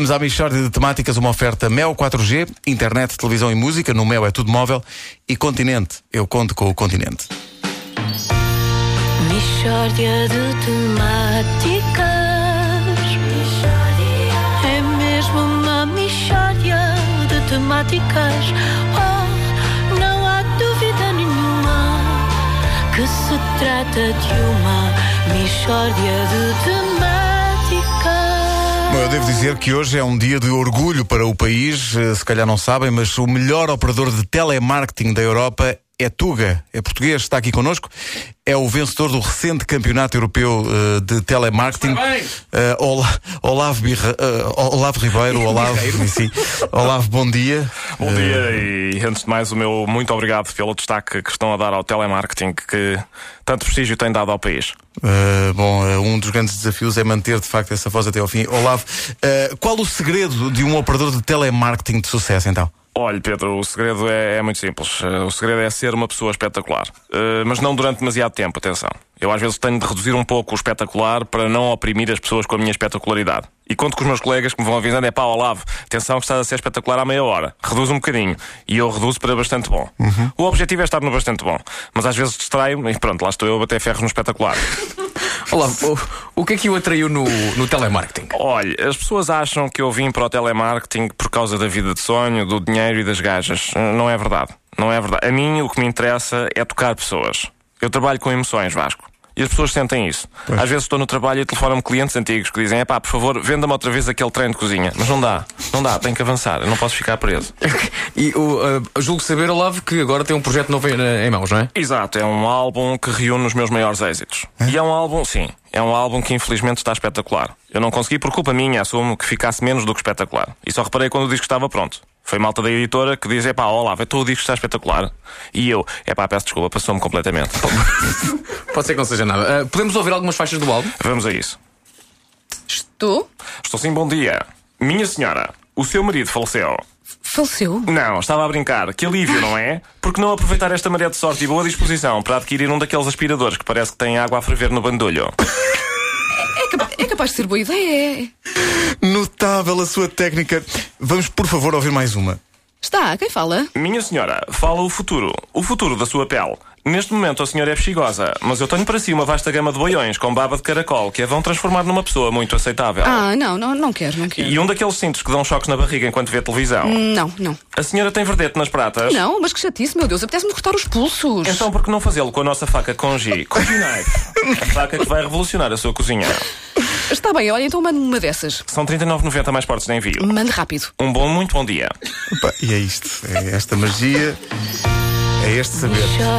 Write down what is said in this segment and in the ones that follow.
Vamos à mixórdia de temáticas, uma oferta Mel 4G, internet, televisão e música. No Mel é tudo móvel. E Continente, eu conto com o Continente. Mixórdia de temáticas. É mesmo uma mixórdia de temáticas. Oh, não há dúvida nenhuma que se trata de uma mixórdia de temáticas. Bom, eu devo dizer que hoje é um dia de orgulho para o país. Se calhar não sabem, mas o melhor operador de telemarketing da Europa é Tuga, é português, está aqui connosco. É o vencedor do recente campeonato europeu de telemarketing. Olavo Ribeiro. Olavo, bom dia. Bom dia e antes de mais o meu muito obrigado pelo destaque que estão a dar ao telemarketing que tanto prestígio tem dado ao país. Um dos grandes desafios é manter de facto essa voz até ao fim. Olavo, qual o segredo de um operador de telemarketing de sucesso então? Olha, Pedro, o segredo é muito simples. O segredo é ser uma pessoa espetacular. Mas não durante demasiado tempo, atenção. Eu às vezes tenho de reduzir um pouco o espetacular para não oprimir as pessoas com a minha espetacularidade. E conto com os meus colegas que me vão avisando, Olavo, atenção que estás a ser espetacular há meia hora. Reduz um bocadinho. E eu reduzo para bastante bom. O objetivo é estar no bastante bom. Mas às vezes distraio-me e pronto, lá estou eu a bater ferros no espetacular. Olavo, o que é que o atraiu no telemarketing? Olha, as pessoas acham que eu vim para o telemarketing por causa da vida de sonho, do dinheiro e das gajas. Não é verdade. Não é verdade. A mim o que me interessa é tocar pessoas. Eu trabalho com emoções, Vasco. E as pessoas sentem isso. Pois. Às vezes estou no trabalho e telefonam-me clientes antigos que dizem, por favor, venda-me outra vez aquele treino de cozinha. Mas não dá, tenho que avançar, eu não posso ficar preso. E julgo saber, Olavo, que agora tem um projeto novo em mãos, não é? Exato, é um álbum que reúne os meus maiores êxitos. E é um álbum, sim, é um álbum que infelizmente está espetacular. Eu não consegui, por culpa minha, assumo que ficasse menos do que espetacular. E só reparei quando o disco estava pronto. Foi malta da editora que diz, Olavo, então o disco está espetacular. E eu, peço desculpa, passou-me completamente. Pode ser que não seja nada. Podemos ouvir algumas faixas do álbum? Vamos a isso. Estou Sim, bom dia. Minha senhora, o seu marido faleceu. Faleceu? Não, estava a brincar. Que alívio, não é? Porque não aproveitar esta maré de sorte e boa disposição para adquirir um daqueles aspiradores que parece que tem água a ferver no bandulho? É capaz de ser boa ideia. Notável a sua técnica. Vamos, por favor, ouvir mais uma. Está, quem fala? Minha senhora, fala o futuro da sua pele. Neste momento a senhora é bexigosa, mas eu tenho para si uma vasta gama de boiões com baba de caracol que a vão transformar numa pessoa muito aceitável. Não quero. E um daqueles cintos que dão choques na barriga enquanto vê televisão. Não. A senhora tem verdete nas pratas? Não, mas que chatice, meu Deus, apetece-me cortar os pulsos. Então por que não fazê-lo com a nossa faca Congi Knife? A faca que vai revolucionar a sua cozinha. Está bem, olha, então mande-me uma dessas. São 39,90 mais portos de envio. Mande rápido. Muito bom dia. E é isto, é esta magia, é este saber.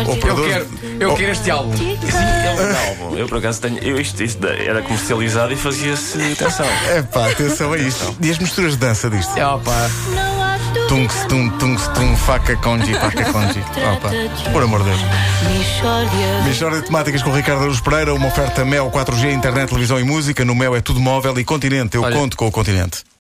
Eu quero este álbum. Sim, é um álbum. Eu por acaso tenho. Isto era comercializado e fazia-se. Atenção. Atenção a isto. E as misturas de dança disto? Não há dúvida. Tung, faca congi. Por amor de Deus. Mixórdia de temáticas com Ricardo Araújo Pereira, uma oferta Mel 4G, internet, televisão e música. No Mel é tudo móvel e Continente, eu conto com o Continente.